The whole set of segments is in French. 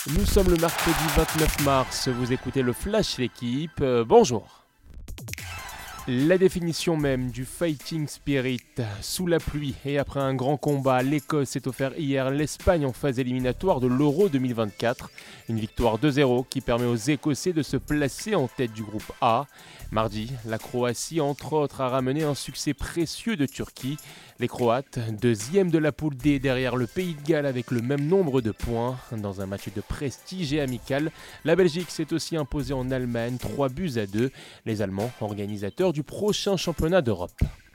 Nous sommes le mercredi 29 mars, vous écoutez le Flash L'équipe, bonjour. La définition même du fighting spirit, sous la pluie et après un grand combat, l'Écosse s'est offert hier l'Espagne en phase éliminatoire de l'Euro 2024. Une victoire 2-0 qui permet aux Écossais de se placer en tête du groupe A. Mardi, la Croatie entre autres a ramené un succès précieux de Turquie. Les Croates, deuxième de la poule D derrière le Pays de Galles avec le même nombre de points. Dans un match de prestige et amical, la Belgique s'est aussi imposée en Allemagne 3-2. Les Allemands, organisateurs du prochain championnat d'Europe.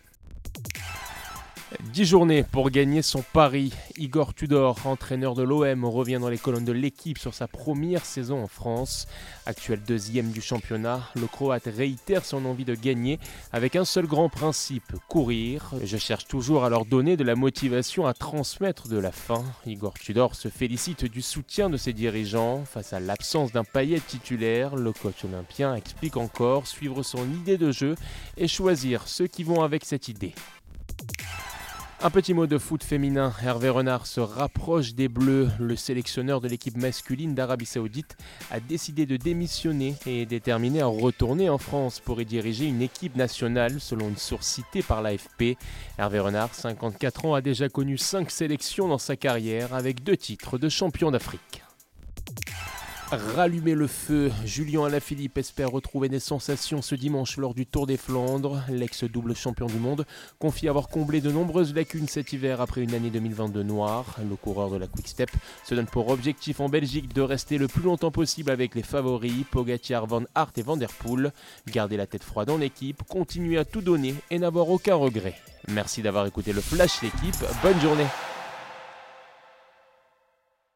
10 journées pour gagner son pari. Igor Tudor, entraîneur de l'OM, revient dans les colonnes de l'équipe sur sa première saison en France. Actuel deuxième du championnat, le Croate réitère son envie de gagner avec un seul grand principe, courir. Je cherche toujours à leur donner de la motivation à transmettre de la faim. Igor Tudor se félicite du soutien de ses dirigeants. Face à l'absence d'un Payet titulaire, le coach olympien explique encore suivre son idée de jeu et choisir ceux qui vont avec cette idée. Un petit mot de foot féminin, Hervé Renard se rapproche des Bleus. Le sélectionneur de l'équipe masculine d'Arabie Saoudite a décidé de démissionner et est déterminé à retourner en France pour y diriger une équipe nationale, selon une source citée par l'AFP. Hervé Renard, 54 ans, a déjà connu 5 sélections dans sa carrière avec 2 titres de champion d'Afrique. Rallumer le feu, Julien Alaphilippe espère retrouver des sensations ce dimanche lors du Tour des Flandres. L'ex-double champion du monde confie avoir comblé de nombreuses lacunes cet hiver après une année 2022 noire. Le coureur de la Quick-Step se donne pour objectif en Belgique de rester le plus longtemps possible avec les favoris, Pogacar, Van Aert et Van der Poel. Garder la tête froide en équipe, continuer à tout donner et n'avoir aucun regret. Merci d'avoir écouté le Flash L'équipe, bonne journée.